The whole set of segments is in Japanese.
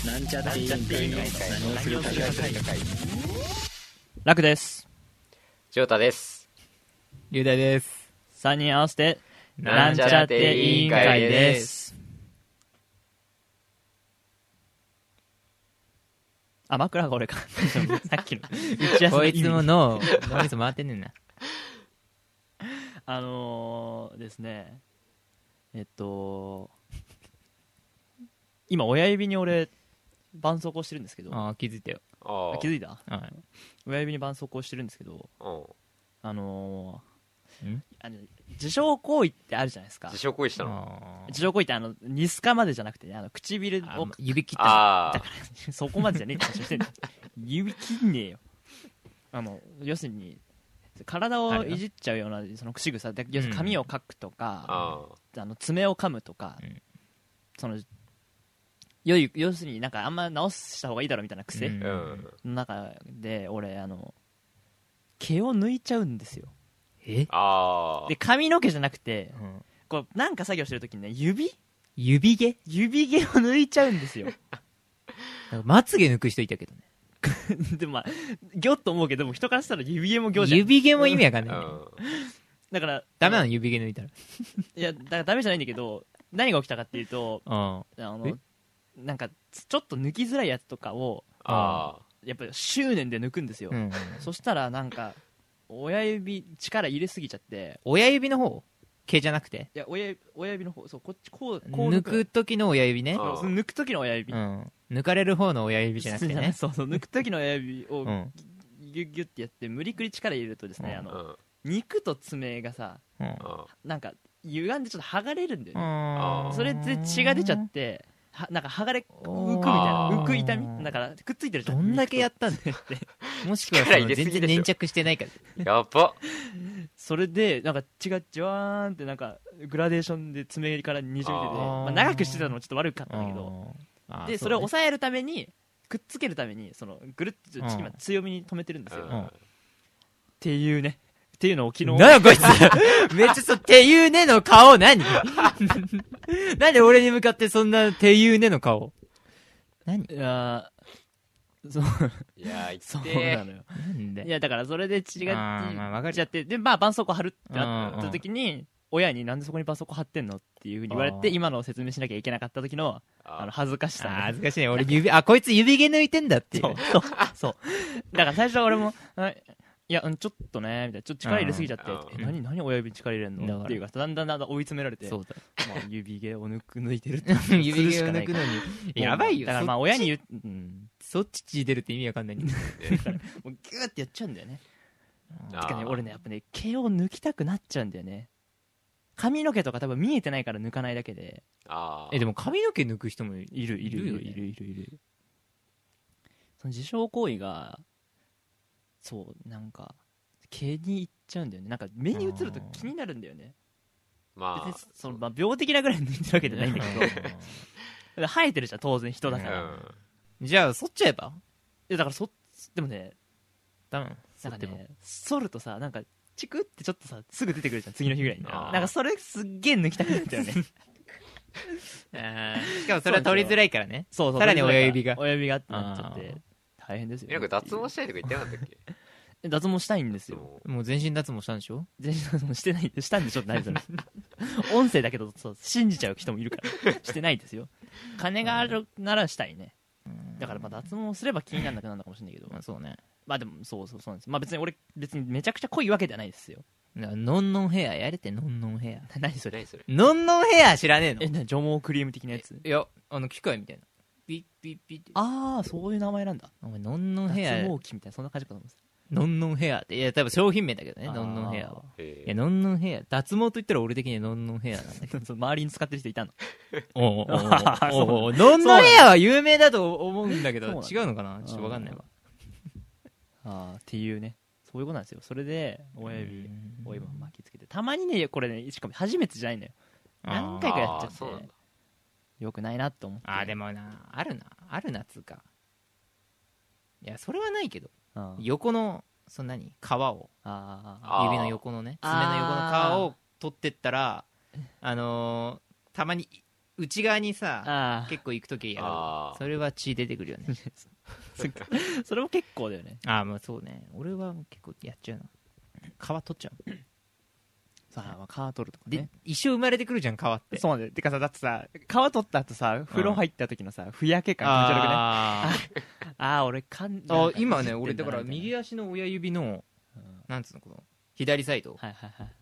なんちゃって委員会の何をするか会。 楽です。 ジョータです。 龍大です。 3人合わせてなんちゃって委員会です。 あ、枕が俺かさっきの打ち合わせの意味こいつも脳みそ回ってんねんな。 ですね、今親指に俺絆創膏してるんですけど、 ああ気づいたよ。 あ気づいた、 はい、 親指に絆創膏してるんですけど、自傷行為ってあるじゃないですか。 自傷行為したの？ 自傷行為ってニスカまでじゃなくて、ね、唇を指切った。 だからそこまでじゃねえって話をしてんの指切んねえよ。要するに体をいじっちゃうようなその仕草で、要するに髪をかくとか、爪を噛むとか、その要するになんかあんま直した方がいいだろみたいな癖の中で俺毛を抜いちゃうんですよ。で髪の毛じゃなくて、こうなんか作業してる時にね、指毛を抜いちゃうんですよ。 まつげ抜く人いたけどねでもまあギョッと思うけど、も人からしたら指毛もギョじゃん。 指毛も意味わかんない、 だからダメなの、指毛抜いたら。 いやだからダメじゃないんだけど、何が起きたかっていうと、なんかちょっと抜きづらいやつとかをやっぱり執念で抜くんですよ、そしたらなんか親指力入れすぎちゃって。 親指の方？毛じゃなくて？ いや親指の方、そうこっちこう抜く時の親指ね。 抜く時の親指、 抜かれる方の親指じゃなくてねそう抜く時の親指をギュッギュッってやって無理くり力入れるとですね、肉と爪がさ、なんか歪んでちょっと剥がれるんだよね。それで血が出ちゃってなんか剥がれ浮くみたいな、浮く痛みだからくっついてるじゃん。 どんだけやったんだってもしくは全然粘着してないからやば。 それでなんか血がジュワーンってなんかグラデーションで爪からにじみ出て、長くしてたのもちょっと悪かったんだけど、でそれを抑えるために、くっつけるためにそのぐるっと今強めに止めてるんですよ、っていうね、っていうのを昨日。 なんだこいつめっちゃっていうねの顔何なんで俺に向かってそんなていうねの顔何？ いやそういやそうなのよ。 なんで？ いやだからそれで血が出ちゃって、でまあ絆創膏貼るってなった時に、親になんでそこに絆創膏貼ってんのっていう風に言われて、今のを説明しなきゃいけなかった時の恥ずかしさ、 恥ずかしいね。俺こいつ指毛抜いてんだっていう。 そうだから最初は俺もいやちょっとねみたいな、ちょっと力入れすぎちゃって、何親指に力入れんのっていうか、だんだん追い詰められて、 そうだ、 まあ、指毛を抜いてるって指毛を抜くのにやばいよ。 だからまあ親にそっち血出るって意味わかんないんだからもうギューってやっちゃうんだよね。てかね、俺ねやっぱね毛を抜きたくなっちゃうんだよね。髪の毛とか多分見えてないから抜かないだけで。 でも髪の毛抜く人もいる。 その自傷行為がそうなんか毛にいっちゃうんだよね。なんか目に映ると気になるんだよね。別にその、病的なぐらい抜いてるわけじゃないんだけど生えてるじゃん当然人だから、 じゃあ剃っちゃえば。 いやだからでもねダメなんかね、剃るとさなんかチクってちょっとさすぐ出てくるじゃん、次の日ぐらいに。なんかそれすっげえ抜きたくなったよねしかもそれは取りづらいからね。 そうさらに親指がってなっちゃって大変ですよ。 なんか脱毛したいとか言ってなかったっけ？ 脱毛したいんですよ。 もう全身脱毛したんでしょ？ 全身脱毛してない、したんでしょってないですよ音声だけど信じちゃう人もいるからしてないですよ。金があるならしたいね。だからまあ脱毛すれば気にならなくなるのかもしれないけど、そうね。まあでもそうなんです。まあ別に俺別にめちゃくちゃ濃いわけじゃないですよ。 ノンノンヘアやれて。ノンノンヘア何それ？ ノンノンヘア知らねえの？ 除毛クリーム的なやつ？ いや機械みたいなピッピッピッって。 ああそういう名前なんだ。 お前ノンノンヘア脱毛器みたいなそんな感じかと思います。 ノンノンヘアって、いや多分商品名だけどね、ノンノンヘアは。いやノンノンヘア脱毛と言ったら俺的にはノンノンヘアなんだけど周りに使ってる人いたの？ ノンノンヘアは有名だと思うんだけど、違うのかな、ちょっと分かんないわ。 っていうね、そういうことなんですよ。それで親指を今巻きつけて、たまにねこれねしかも初めてじゃないのよ、何回かやっちゃってよくないなと思って。 でもなあるなつうか。いやそれはないけど、横のそんなに皮を指の横のね、爪の横の皮を取ってったらたまに内側にさあ結構行くときやある。それは血出てくるよね。 それも結構だよね。 ああ、まあそうね。俺は結構やっちゃうな。皮取っちゃう。 さあ、まあ、皮取るとかでね。 一生生まれてくるじゃん、皮って。 そうなんだよ。てかさ、だってさ、皮取った後さ、風呂入った時のさ、ふやけ感気持ち悪くね。 あああ、俺あ今ね、俺だから右足の親指のなんつうの、この左サイドはいはいはい。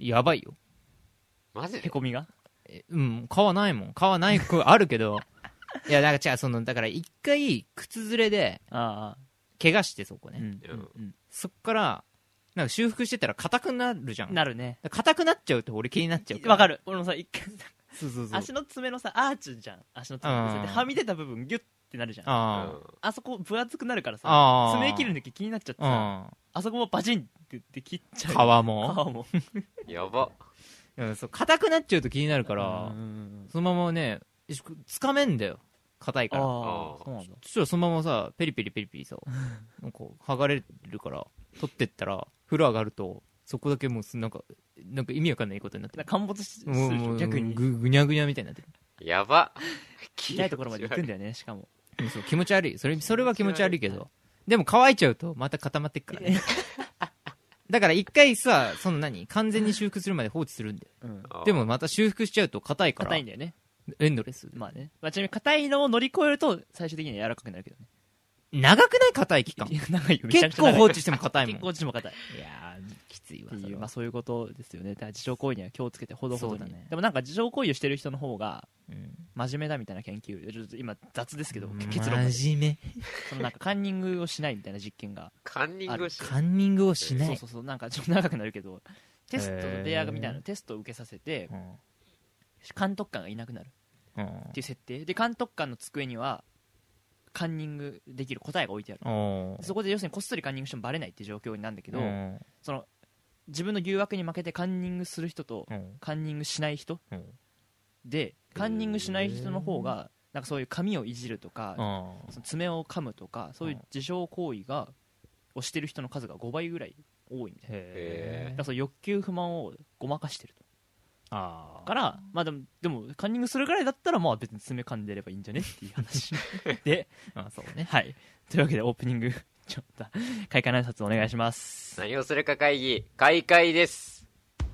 やばいよ。 マジでへこみがうん、皮ないもん。皮ない子あるけどいや、だからそのだから一回靴ずれでああ。 怪我してそこね、 うんそっからなんか修復してたら硬くなるじゃん。 なるね。 硬くなっちゃうと俺気になっちゃうから。 わかる。俺もさ、一回さ、 そうそうそう。 足の爪のさ、アーチじゃん。足の爪ってさではみ出た部分ギュッてなるじゃん。 ああそこ分厚くなるからさ、 あ爪切るの時気になっちゃってさ、 ああそこもバチンって言って切っちゃう。 皮も皮も。 やば。 うん、そう硬くなっちゃうと気になるからそのままねつかめんだよ、硬いから。 ああ、そうなんだ。 そしたらそのままさペリペリペリペリさなんか剥がれるから取ってったら風呂上がるとそこだけもうなんか意味わかんないことになってる。 陥没するでしょ、 もう逆に。 ぐにゃぐにゃみたいになってる。 やば。 痛いところまで行くんだよね、しかも。 そう気持ち悪い。それは気持ち悪いけど、でも乾いちゃうとまた固まってっからねだから一回さ、その完全に修復するまで放置するんだよ。 うん。 でもまた修復しちゃうと硬いから硬いんだよね。 エンドレス。 まあね。まあ、ちなみに硬いのを乗り越えると、最終的には柔らかくなるけどね。 長くない硬い期間いや長いよ、めちゃく結ちゃ長い構放置しても硬いもん。 結構放置しても硬い。 いやーきついわっていう、 それはまあそういうことですよね。だから自傷行為には気をつけてほどほどに。 そうだねでもなんか自傷行為をしてる人の方がうん真面目だみたいな研究、ちょっと今雑ですけど、結論まで真面そのなんかカンニングをしないみたいな実験が、 カンニングをし目カンニングをしない。 そうそうそう、なんかちょっと長くなるけど、テストのレイヤーみたいなテストを受けさせて、 うん監督官がいなくなるうんっていう設定で、監督官の机にはカンニングできる答えが置いてある。 おーそこで要するにこっそりカンニングしてもバレないっていう状況になるんだけど、 うんその自分の誘惑に負けてカンニングする人とうんカンニングしない人うんで、カンニングしない人の方がなんかそういう髪をいじるとか、 うんその爪を噛むとか、そういう自傷行為がをしてる人の数が5倍ぐらい多いみたいな。 へだからその欲求不満をごまかしてると。 あからまあでもカンニングするぐらいだったらまあ別に爪噛んでればいいんじゃねっていう話で、 あそうね。 はい、というわけでオープニングちょっと開会の挨拶お願いします。 何をするか会議開会です。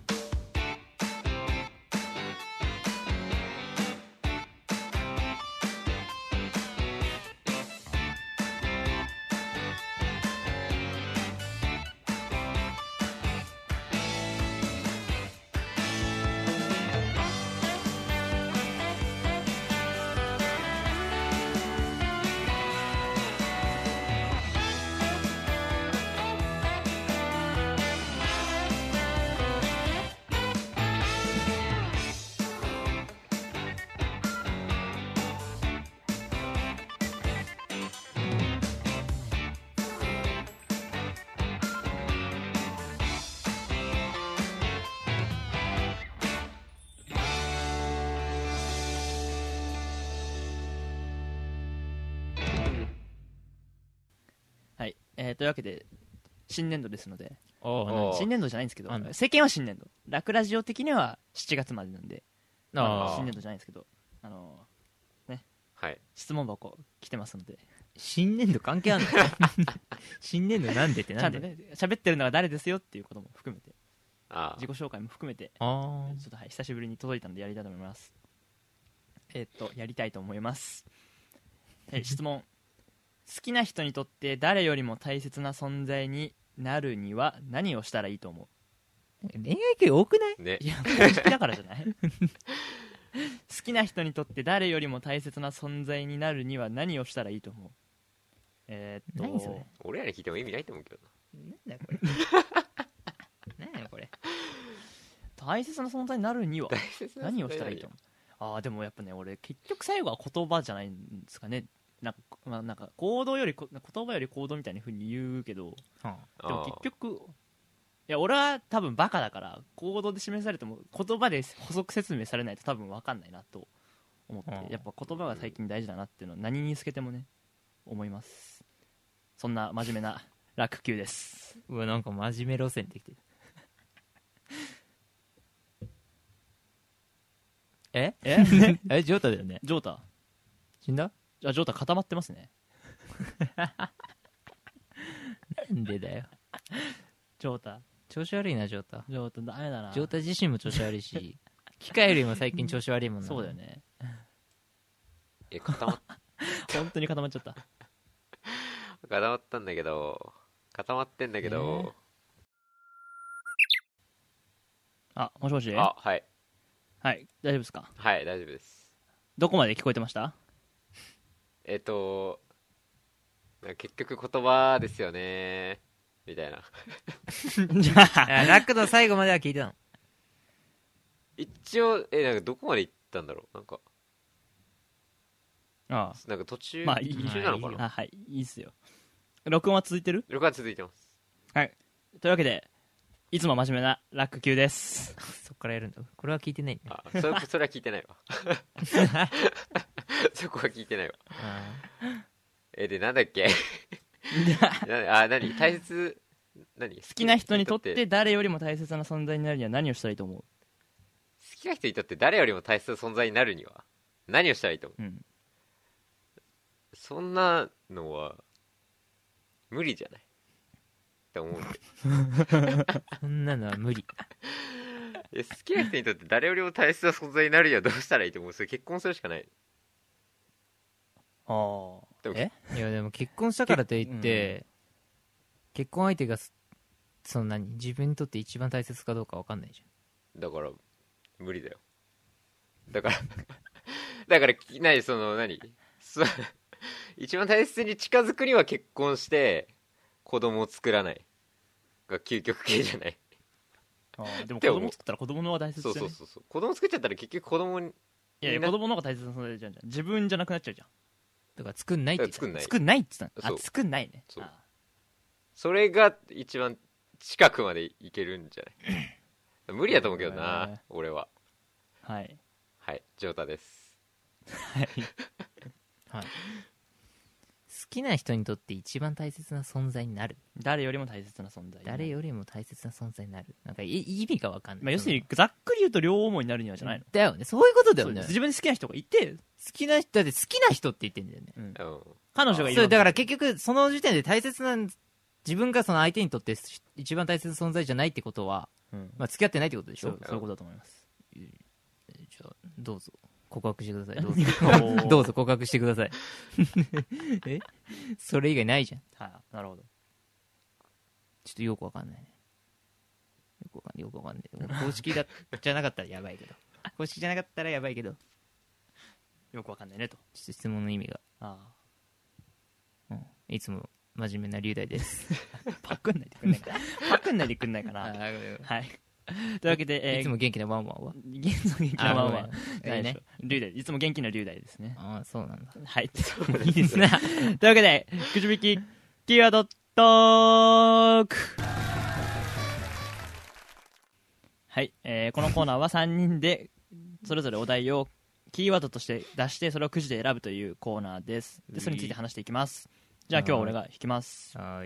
はい、というわけで新年度ですので、 お新年度じゃないんですけど、 あんの世間は新年度、ラクラジオ的には7月までなんで、 あ新年度じゃないんですけど、 はい。 質問箱来てますので、 新年度関係あんの新年度なんでってなんでちゃんとね喋ってるのが誰ですよっていうことも含めて、 あ自己紹介も含めて、 あちょっとはい久しぶりに届いたのでやりたいと思います。やりたいと思います。質問。好きな人にとって誰よりも大切な存在になるには何をしたらいいと思恋愛系多くない？ あ。ねう？い。や、好きだからじゃない好きな人にとって誰よりも大切な存在になるには何をしたらいいと思う？ 何それ俺らに聞いても意味ないと思うけどなんだよこれ何やこれ。 大切な存在になるにはな。大切な何をしたらいいと思う？でもやっぱね、俺結局最後は言葉じゃないんですかね。なんか行動より言葉より行動みたいな風に言うけど、でも結局いや俺は多分バカだから行動で示されても言葉で補足説明されないと多分分かんないなと思って、やっぱ言葉が最近大事だなっていうのは何につけてもね思います。そんな真面目な楽球です。 うわなんか真面目路線できてるえジョータだよね。 ジョータ死んだ？ ジョータ固まってますね。 なんでだよ。 ジョータ調子悪いな、ジョータ。 ダメだな。 ジョータ自身も調子悪いし、機械よりも最近調子悪いもんな。 そうだよね。 固まっ本当に固まっちゃった。 固まったんだけど、固まってんだけど、 あ、もしもし。 あ、はいはい、大丈夫ですか？ はい、大丈夫です。 どこまで聞こえてました？ 結局言葉ですよねみたいな。 じゃあラックの最後までは聞いてたの。 一応なんかどこまで行ったんだろう。なんかなんか途中、 まあいい途中なのかな。 はい、いいっすよ。録音は続いてる？ 録画続いてます。 はい。というわけで、いつも真面目なラック級です。 そっからやるんだ。これは聞いてないね。 それは聞いてないわ。そこは聞いてないわ。で、なんだっけ。何大切、 好きな人にとって誰よりも大切な存在になるには何をしたらいいと思う？ 好きな人にとって誰よりも大切な存在になるには何をしたらいいと思う？そんなのは無理じゃないって思うんで。 そんなのは無理。 好きな人にとって誰よりも大切な存在になるにはどうしたらいいと思う？それ結婚するしかない。 いやでも結婚したからといって、結婚相手がそんなに自分にとって一番大切かどうか分かんないじゃん。だから無理だよ。だから何一番大切に近づくには結婚して子供を作らないが究極系じゃない？ でも子供作ったら子供の方が大切じゃない？ そう子供作っちゃったら結局子供に、 いや子供の方が大切な存在じゃん。自分じゃなくなっちゃうじゃん。 だから作んないって言った。 作んないって言ったの。作んないね。 それが一番近くまでいけるんじゃない？無理だと思うけどな、俺は。 はいジョータです。 はい。好きな人にとって一番大切な存在になる。 誰よりも大切な存在。 誰よりも大切な存在になる。なんか意味が分かんない。 要するにざっくり言うと両思いになるにはじゃないの？ だよね。そういうことだよね。 自分で好きな人がいて、 好きな人で好きな人って言ってんだよね。 彼女がいる。 そうだから結局その時点で大切な自分がその相手にとって一番大切な存在じゃないってことは、付き合ってないってことでしょ。 そういうことだと思います。 じゃあどうぞ告白してください。どうぞ告白してください。それ以外ないじゃん。 なるほど。 ちょっとよくわかんないね。よくわかんない。公式じゃなかったらやばいけど。公式じゃなかったらやばいけど。 よくわかんないねと。 ちょっと質問の意味が。いつも真面目な龍大です。 パクんないでくんないかな。はい。というわけで、 いつも元気なワンワンは？ 元気なワンワン。龍大、いつも元気な龍大ですね。 そうなんだ。 はい。いいですね。というわけで、くじ引きキーワードトーク。はい。このコーナーは3人でそれぞれお題をキーワードとして出して、それをくじで選ぶというコーナーです。で、それについて話していきます。じゃあ今日は俺が引きます。 はい。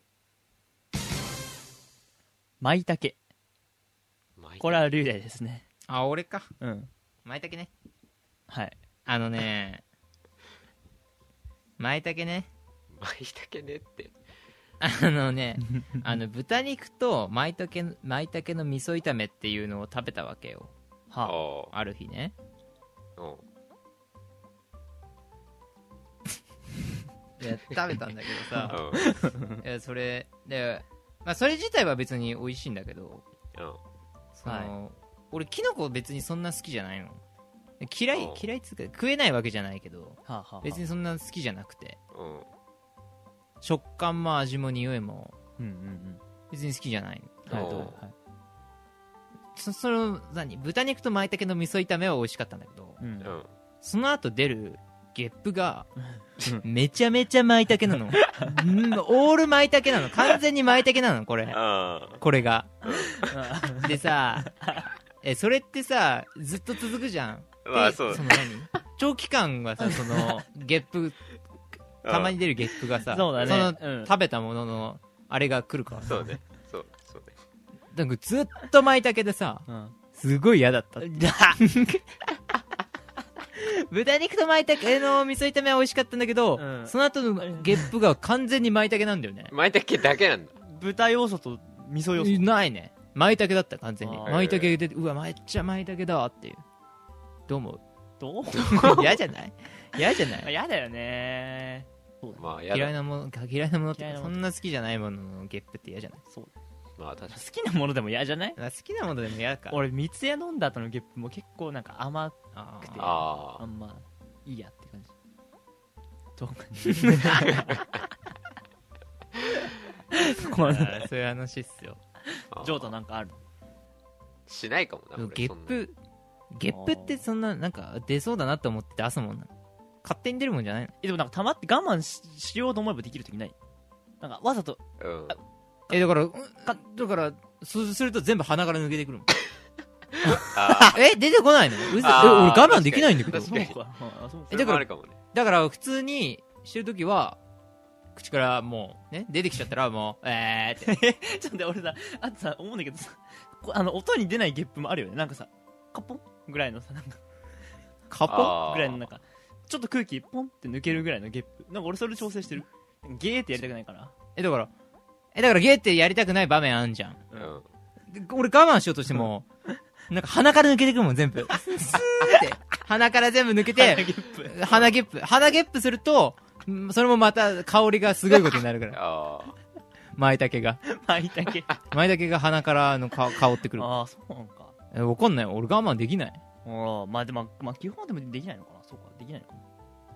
舞茸。これは龍大ですね。 俺か。舞茸ね。 はい。 舞茸ね。 舞茸ねって。 豚肉と舞茸の味噌炒めっていうのを食べたわけよ。ある日ね。いや食べたんだけどさ、それで、それ自体は別に美味しいんだけど、俺キノコ別にそんな好きじゃないの。嫌いっつうか食えないわけじゃないけど、別にそんな好きじゃなくて、食感も味も匂いも別に好きじゃないの。その豚肉と舞茸の味噌炒めは美味しかったんだけど、その後出るゲップがめちゃめちゃ舞茸なの。オール舞茸なの。完全に舞茸なのこれが。でさ、それってさずっと続くじゃん。長期間はさ、そのゲップたまに出るゲップがさ、その食べたもののあれが来るからさ、 そうね。 なんかずっと舞茸でさ、すごい嫌だった。 豚肉と舞茸の味噌炒めは美味しかったんだけど、その後のゲップが完全に舞茸なんだよね。 舞茸だけなんだ。 豚要素と味噌要素ないね。舞茸だった完全に。舞茸出て、うわめっちゃ舞茸だっていう。どう思う？ どう？ 嫌じゃない？嫌じゃない？ 嫌だよね。 まあ嫌いなものってそんな好きじゃないもののゲップって嫌じゃない？ そう。 まあ確かに好きなものでも嫌じゃない？ 好きなものでも嫌か。 俺三ツ矢飲んだ後のゲップも結構なんか甘くてあんまいいやって感じ。どうかそういう話っすよ。 ジョータなんかある？ しないかもな。 ゲップってそんななんか出そうだなって思って出すもんなの？勝手に出るもんじゃないの？ でもなんかたまって我慢 しようと思えばできるときない？なんかわざと、 だからそうすると全部鼻から抜けてくるもん。出てこないの？俺我慢できないんだけど。だから普通にしてるときは口からもうね出てきちゃったらもうってちょっと待って俺さあとさ思うんだけどさ音に出ないゲップもあるよね。なんかさカポンぐらいのさなんかカポンぐらいのなんかちょっと空気ポンって抜けるぐらいのゲップ。なんか俺それで調整してる。ゲーってやりたくないからだからゲーってやりたくない場面あんじゃん、俺我慢しようとしてもなんか鼻から抜けてくるもん全部スーって鼻から全部抜けて鼻ゲップするとそれもまた香りがすごいことになるから舞茸が鼻から香ってくる。 ああそうなんか。 わかんない。俺我慢できない。 まあでも基本はでもできないのかな。そうかできないのかな。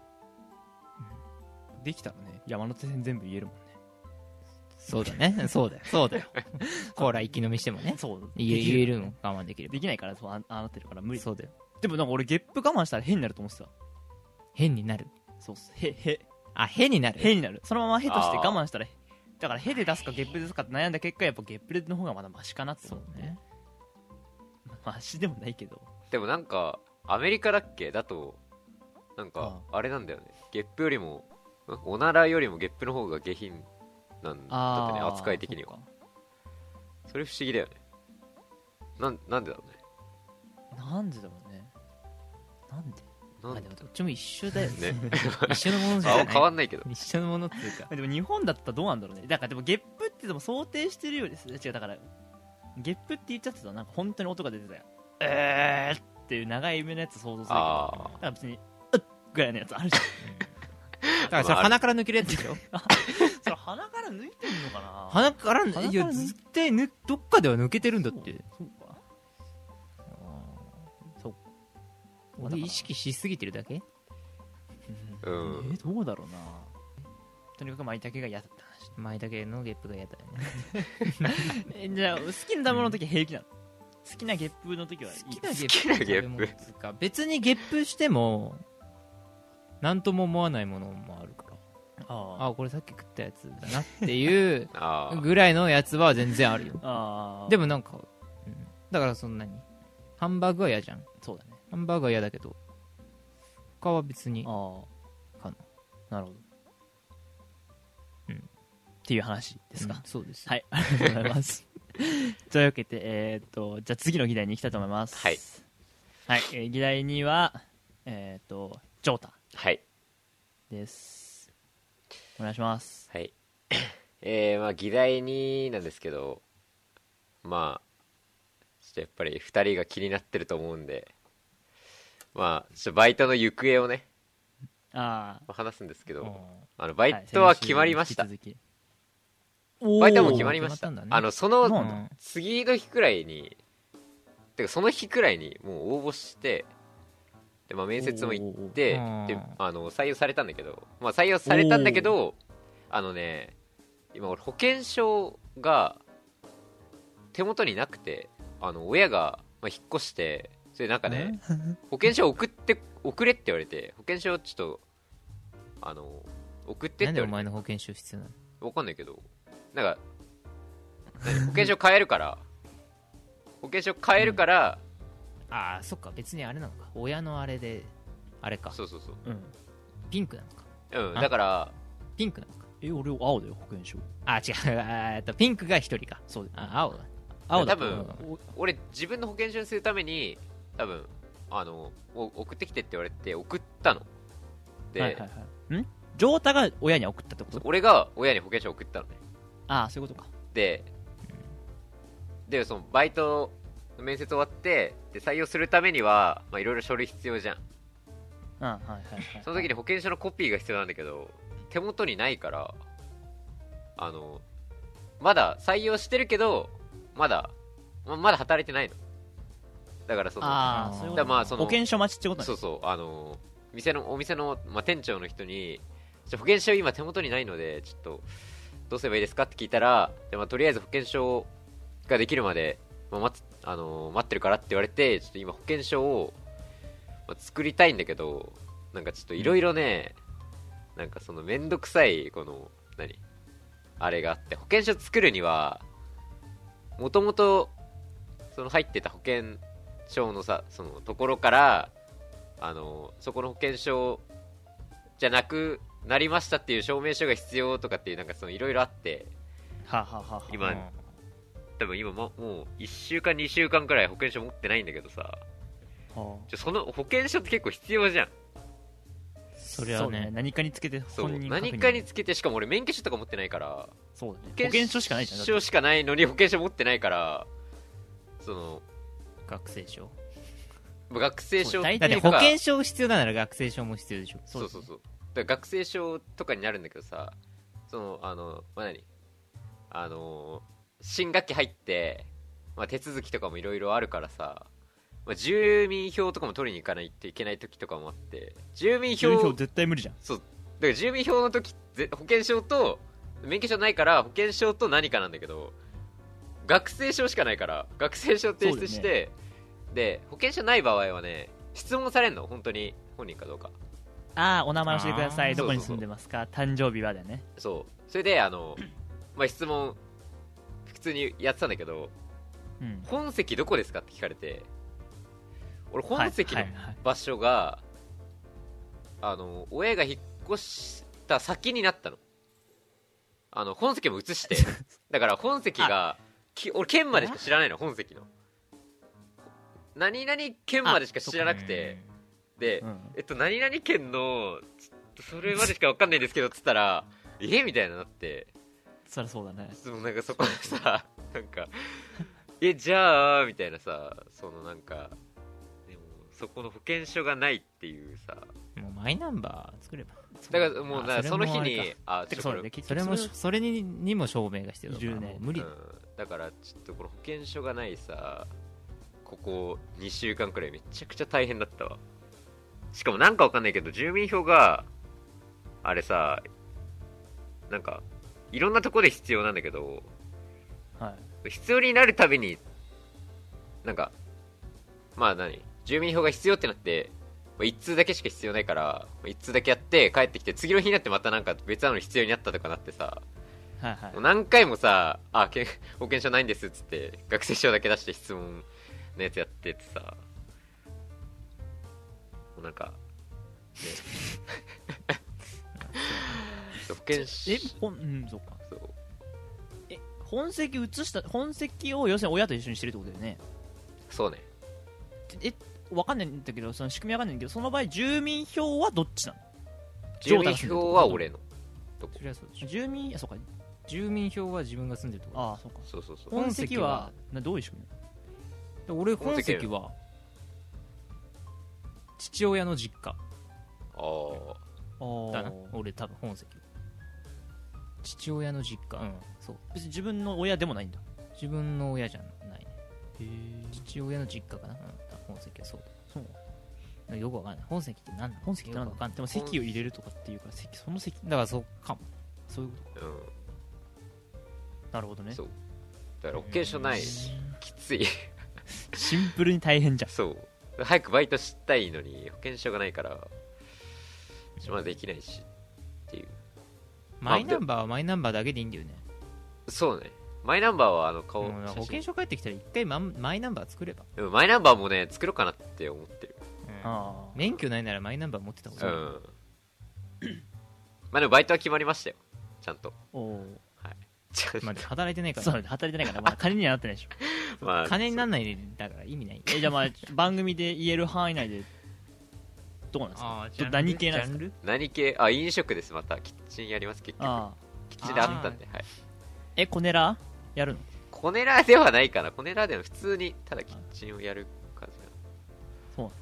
できたらね山手線全部言えるもんね。 そうだね。そうだよコーラ一気飲みしてもね言えるの我慢できる。 できないからそうなってるから無理。 そうだよ。 でもなんか俺ゲップ我慢したら変になると思ってた。 変になる？ そうっす。へになる。 そのままへとして我慢したらだからへで出すかゲップで出すかって悩んだ結果やっぱゲップでの方がまだマシかなって思うね。マシでもないけど。 でもなんかアメリカだっけだとなんかあれなんだよね。ゲップよりもおならよりもゲップの方が下品なんだってね、扱い的には。それ不思議だよね。なんでだろうね。 なんでだろうね。 でもどっちも一緒だよね。 ね一緒のものじゃない。 変わんないけど。 一緒のものっていうか。 でも日本だったらどうなんだろうね。だからでもゲップってでも想定してるようです。違うだからゲップって言っちゃってたらなんか本当に音が出てたよ。っていう長い夢のやつ想像するけど。だから別にぐらいのやつあるじゃん。 だからそれ鼻から抜けるやつでしょ。 それ鼻から抜いてんのかな。 鼻からいや絶対どっかでは抜けてるんだって。 そうか。そう。 俺意識しすぎてるだけ？ どうだろうな。とにかく舞茸が嫌だった話。 舞茸のゲップが嫌だよね。じゃあ好きな食べ物の時は平気なの？好きなゲップの時はいい？ 好きなゲップ別にゲップしてもなんとも思わないものもあるから、これさっき食ったやつだなっていうぐらいのやつは全然あるよ。でもなんか、だからそんなにハンバーグは嫌じゃん。 そうだね。 ハンバーグは嫌だけど他は別にかな。 なるほど。っていう話ですか。 そうです。 はい、ありがとうございます。というわけでじゃあ次の議題に行きたいと思います。はい、議題2はジョータです。お願いします。 はい。まあ議題2なんですけど、まあちょっとやっぱり2人が気になってると思うんで、まあちょっとバイトの行方をね話すんですけど、バイトは決まりました。バイトも決まりました。その次の日くらいにてかその日くらいにもう応募してで、まあ、面接も行ってで採用されたんだけど、まあ、採用されたんだけど今俺保険証が手元になくて親が引っ越してそれなんかね保険証送れって言われて保険証ちょっと送ってって言われて。 なんでお前の保険証必要なの？ 分かんないけどなんか保険証変えるからそっか別にあれなのか親のあれであれかそう、 ピンクなのかだからピンクなのか俺青だよ保険証。 違うピンクが一人か。 そう青だ多分俺自分の保険証にするために多分送ってきてって言われて送ったので、はいはいはい、 ジョータが親に送ったってこと？ 俺が親に保険証送ったのね。 ああ、そういうことか。 でそのバイトの面接終わってで採用するためにはいろいろ書類必要じゃん。 はいはいはい、 その時に保険証のコピーが必要なんだけど手元にないからまだ採用してるけどまだ働いてないの。だからそのそういうこと、まあ、その保険証待ちってことね。 そうそうお店の、店長の人に保険証今手元にないのでちょっとどうすればいいですかって聞いたらとりあえず保険証ができるまで、待ってるからって言われてちょっと今保険証を、作りたいんだけどなんかちょっといろいろね、なんかそのめんどくさいこのあれがあって保険証作るにはもともとその入ってた保険証のさそのところからそこの保険証じゃなくなりましたっていう証明書が必要とかっていうなんかそのいろいろあって今多分今もう1週間2週間くらい保険証持ってないんだけどさ、その保険証って結構必要じゃん。 それはね何かにつけて本人確認、 何かにつけてしかも俺免許証とか持ってないからそうだ、ね、保険証しかないじゃん。 保険証しかないのに保険証持ってないからその学生証っていうだって保険証必要なら学生証も必要でしょ。 そうだから学生証とかになるんだけどさその新学期入って、手続きとかもいろいろあるからさ、住民票とかも取りに行かないといけない時とかもあって住民票絶対無理じゃん。 そうだから住民票の時保険証と免許証ないから保険証と何かなんだけど学生証しかないから学生証提出して、で保険証ない場合はね質問されるの本当に本人かどうか。 お名前教えてください、どこに住んでますか、誕生日はだよね。 そうそれで質問普通にやってたんだけど、本籍どこですかって聞かれて俺本籍の場所が、親が引っ越した先になったの。本籍も移してだから本籍が俺県までしか知らないの。本籍の何々県までしか知らなくてで、何々県のそれまでしか分かんないんですけどっつったらみたいななって、 そりゃそうだね。 なんかそこでさなんかじゃあみたいなさなんかでもそこの保険証がないっていうさもうマイナンバー作ればだからもうその日にそれにも証明が必要だからもう無理、 だからちょっとこの保険証がないさここ2週間くらいめちゃくちゃ大変だったわ。しかもなんかわかんないけど住民票があれさなんかいろんなとこで必要なんだけど、必要になるたびになんか住民票が必要ってなって1通だけしか必要ないから1通だけやって帰ってきて次の日になってまたなんか別なの必要になったとかなってさ、もう何回もさ保険証ないんですっつって学生証だけ出して質問のやつやってってさもうなんかね保険証そうか本籍を要するに親と一緒にしてるってことだよね。 そうね。 わかんないんだけどその仕組みわかんないんだけどその場合住民票はどっちなの？ 住民票は俺のそりゃそうでしょ。 そうか住民票は自分が住んでるところ。 そうか。そう本籍はどういう仕組み？ 俺本籍は父親の実家だな。俺多分本籍父親の実家、そう別に自分の親でもないんだ。 自分の親じゃないね。父親の実家かな、本籍はそうよくわかんない。本籍って何なの？ 本籍って何だ？でも籍を入れるとかっていうからその籍だからそうかも。 そういうこと、なるほどね。 そうだから保険証ないきついシンプルに大変じゃん。 そう早くバイトしたいのに保険証がないからできないしっていう。 マイナンバーはマイナンバーだけでいいんだよね。 そうね。マイナンバーは顔保険証帰ってきたら一回マイナンバー作れば。 マイナンバーもね作ろうかなって思ってる。 免許ないならマイナンバー持ってた方がいい。 でもバイトは決まりましたよちゃんと。 はい。 まあ、働いてないから。 そう働いてないからまだ金にはなってないでしょ。 まあ金にならないでだから意味ない。 じゃあまあ番組で言える範囲内でどうなんですか。何系なんですか。 何系？飲食です。またキッチンやります。結局キッチンであったんで、はい。 コネラやるの？ コネラではないかな。コネラでは普通にただキッチンをやる感じ。 そう、 はい、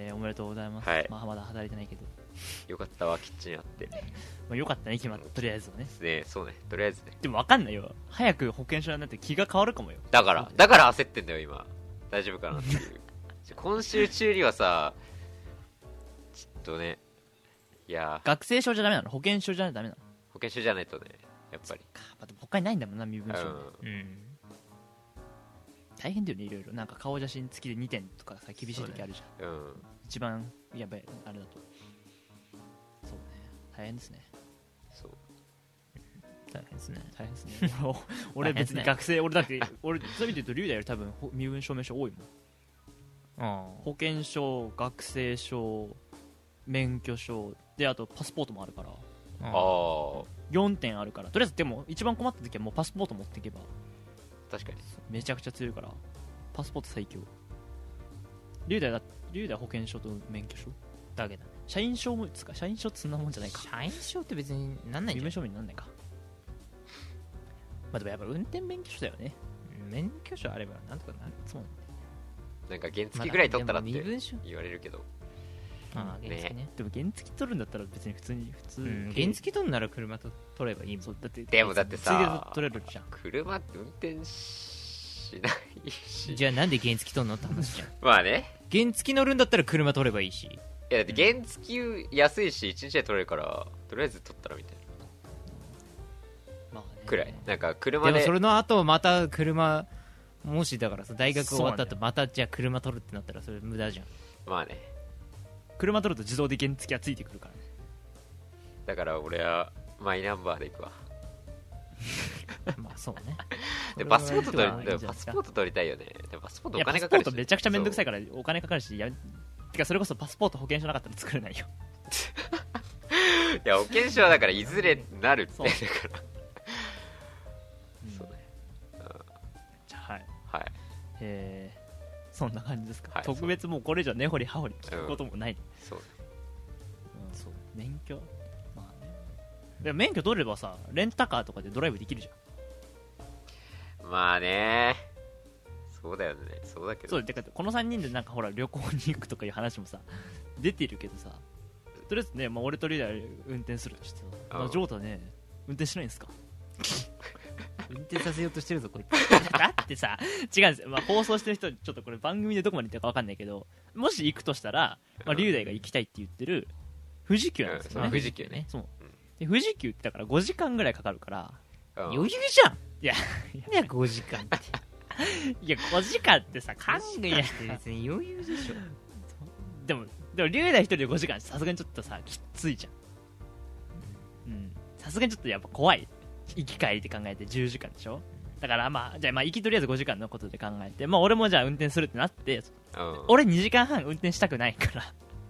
おめでとうございます、 はい。 まあ、まだ働いてないけどよかったわ、キッチンあって。 まあ、よかったね、決まった。とりあえずはね。 そうね、とりあえずね。 でも分かんないよ、早く保険証になって気が変わるかもよ。 だから焦ってんだよ今。大丈夫かなっていう今週中にはさ、ちょっとね、いや学生証じゃダメなの？保険証じゃダメなの？ 保険証じゃないとね、やっぱり。 他にないんだもんな、身分証、 うん、 大変だよね、いろいろ。なんか顔写真付きで2点とかさ、厳しい時あるじゃん、一番やばいあれだと。そうね、大変ですね。 そう、 大変ですね、大変ですね。俺別に学生、俺だって俺そういう意味で言うと龍大より多分身分証明書多いもん。保険証、学生証、免許証で、あとパスポートもあるから、4点あるから、とりあえずでも一番困った時はもうパスポート持っていけば確かにめちゃくちゃ強いから、パスポート最強。龍大保険証と免許証だけだね。社員証も使う。社員証ってそんなもんじゃないか。 社員証って別になんないんじゃん。 身分証明になんないか。まあでもやっぱ運転免許証だよね。 免許証あればなんとかなる。 そうなんか原付ぐらい取ったらって言われるけど、 原付ね。 でも原付取るんだったら別に普通、 原付取るなら車と取ればいいもん。 そうだってでもだってさ、 取れるじゃん。 車って運転しないし。 じゃあなんで原付取るのって話じゃん。 まあね、 原付乗るんだったら車取ればいいし。いやだって原付安いし1日で取れるから、とりあえず取ったらみたいな、 まあね、 くらい。なんか車で、 でもそれの後また車、もしだからさ、大学終わった後またじゃあ車取るってなったらそれ無駄じゃん。 まあね、 車取ると自動で原付はついてくるからね。 だから俺はマイナンバーで行くわ。 まあそうね。 でパスポート取りたいよね。でパスポートお金かかるし。 パスポートめちゃくちゃめんどくさいからお金かかるし、てかそれこそパスポート保険証なかったら作れないよ。 いや保険証はだからいずれなるってだからそうね。 じゃあはいはい、 そんな感じですか、 はい、 特別もうこれ以上根掘り葉掘り聞くこともない、 そう、 そう免許、まあね、でも免許取ればさレンタカーとかでドライブできるじゃん。 まあね、そうだよね、そうだけど、 そう、だからこの3人でなんかほら旅行に行くとかいう話もさ出てるけどさ、とりあえずね、まあ、俺とリーダー運転するとしてさ、ジョータね運転しないんですか？ 運転させようとしてるぞこいつ。 だってさ、違うんですよ、まあ、放送してる人ちょっとこれ番組でどこまで言ってるか分かんないけど、もし行くとしたら、まあ、龍大が行きたいって言ってる富士急なんですよね。 富士急ね。 そうで富士急ってだから5時間ぐらいかかるから、 余裕じゃん。 いや 5時間っていや5時間ってさ考えなくて別に余裕でしょ。 でも龍大一人で5時間さすがにちょっとさきついじゃん。うん、さすがにちょっとやっぱ怖い。行き帰りって考えて10時間でしょ。だからまあじゃあまあ行きとりあえず5時間のことで考えて、まあ俺もじゃあ運転するってなって、俺2時間半運転したくないから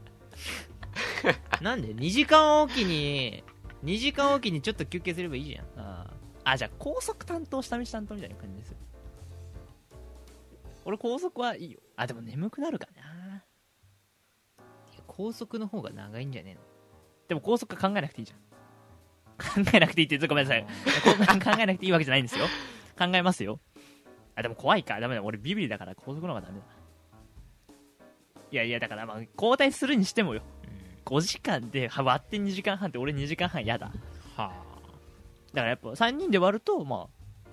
なんで2時間おきにちょっと休憩すればいいじゃん。 あ、じゃあ高速担当下道担当みたいな感じですよ。俺高速はいいよ。あ、でも眠くなるかな。 高速の方が長いんじゃねえの？ でも高速考えなくていいじゃん。考えなくていいって言うとごめんなさい。考えなくていいわけじゃないんですよ。考えますよ。あ、でも怖いか。ダメだ。俺ビビリだから高速の方がダメだ。いやだからまあ交代するにしてもよ。5時間で割って2時間半って俺2時間半やだ。 はあ。 だからやっぱ3人で割るとま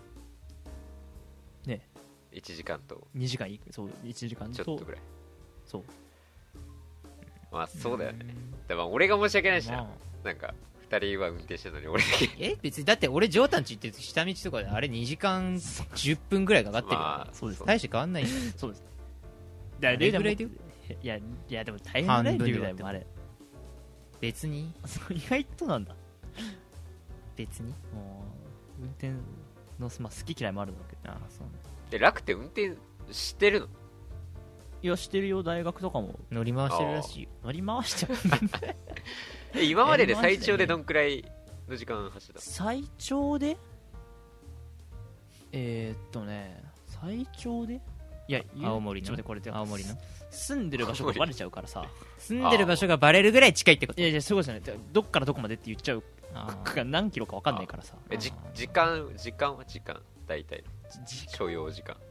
あね、 1時間と 2時間いく。そう、1時間とちょっとぐらい。 そう。 まあそうだよね。でも俺が申し訳ないしな。なんか2人は運転してるのに俺だけ。 別にだって俺ジョータンち行ってる下道とかであれ2時間10分ぐらいかかってるよ、 まあ、 そうです。 大して変わんないし。 そうです。だからレイダーもいやでも大変だね、龍大もあれ。 別に意外となんだ。 別に運転の、まあ、好き嫌いもあるんだけど。 そうで楽って運転してるの？ いやしてるよ、大学とかも乗り回してるらしいよ。 乗り回しちゃう今までで最長でどんくらいの時間走った？ 最長で最長でいや青森のちょっとこれで青森の住んでる場所がバレちゃうからさ住んでる場所がバレるぐらい近いってこと？ いやいやそういうことじゃないどっからどこまでって言っちゃうが何キロか分かんないからさ時間は大体所要時間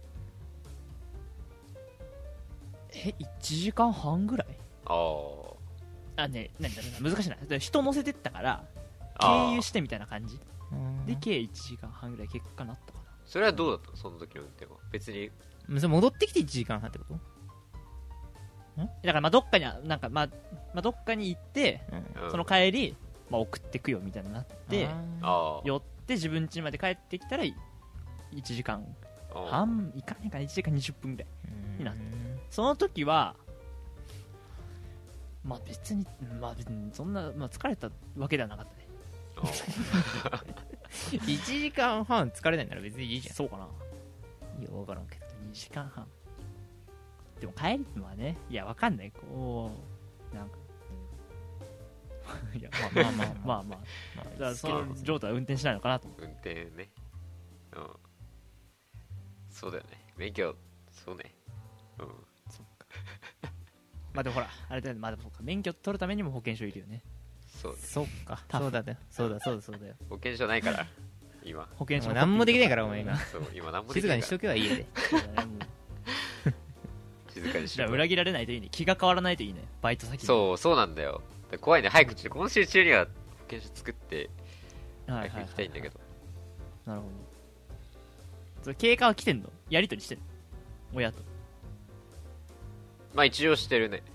1時間半ぐらいね難しいな人乗せてったから経由してみたいな感じで計1時間半ぐらい結果なったかな。 それはどうだったのその時の運転は？別に戻ってきて1時間半ってこと？ だからどっかにどっかに行って、その帰り、送ってくよみたいになって寄って自分家まで帰ってきたら1時間半いかないかな1時間20分ぐらいになってその時は別にそんな、疲れたわけではなかったね 1時間半疲れないなら別にいいじゃん。 そうかな。 いや分からんけど 2時間半でも帰りはねいや分かんないなんかいやまあだからそのジョータは運転しないのかなと。 運転ねそうだよね免許そうねそっかでもほらあれだよねでもそうか免許取るためにも保険証いるよね。 そうかそうだよ保険証ないから今保険証何もできないからお前今何もできないから静かにしとけばいいで静かにしろ。 裏切られないといいね。気が変わらないといいねバイト先で。 そうなんだよ。怖いね。早く今週中には保険証作って早く行きたいんだけど。 なるほど。それ経過は来てんの？やり取りしてんの？親と。 一応してるね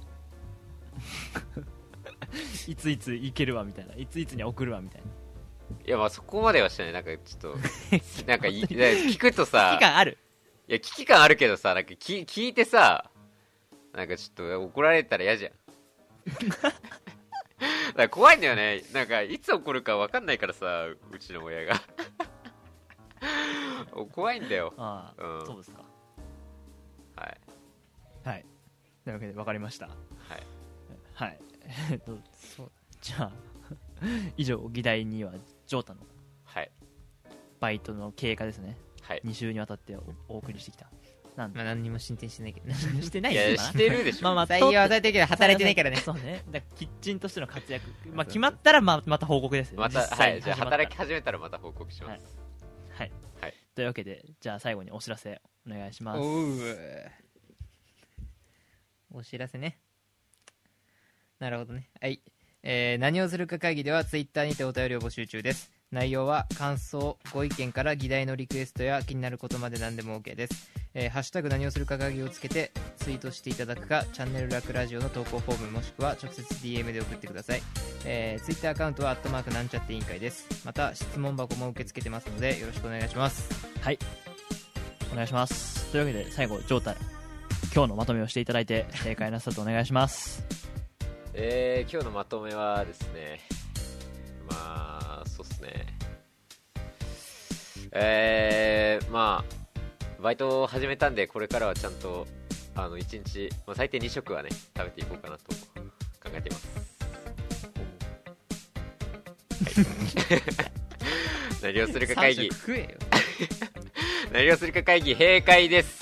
いついつ行けるわみたいな、いついつに送るわみたいな。 いやそこまではしてない。なんかちょっとなんか聞くとさ危機感ある。 いや危機感あるけどさなんか聞いてさなんかちょっと怒られたら嫌じゃんだから怖いんだよね。なんかいつ怒るか分かんないからさうちの親が怖いんだよ。 そうですか。 はいというわけで分かりました。はいそうじゃあ以上議題にはジョータのバイトの経過ですね。2週にわたってお送りしてきた。 何にも進展してないけどねしてないよ。してるでしょ。 採用与えてるけど働いてないからね。 そうね。だからキッチンとしての活躍決まったらまた報告ですよね。 じゃあ働き始めたらまた報告します。 はいというわけでじゃあ最後にお知らせお願いします。 お知らせね。なるほどね。はい、何をするか会議ではツイッターにてお便りを募集中です。内容は感想ご意見から議題のリクエストや気になることまで何でも OK です。ハッシュタグ何をするか会議をつけてツイートしていただくかチャンネルラクラジオの投稿フォームもしくは直接 DM で送ってください。ツイッターアカウントは@なんちゃって委員会です。また質問箱も受け付けてますのでよろしくお願いします。 はいお願いします。というわけで最後ジョータ今日のまとめをしていただいて正解なさとお願いします。 今日のまとめはですねそうっすねバイトを始めたんでこれからはちゃんと1日、最低2食はね食べていこうかなと考えています、何をするか会議何をするか会議閉会です。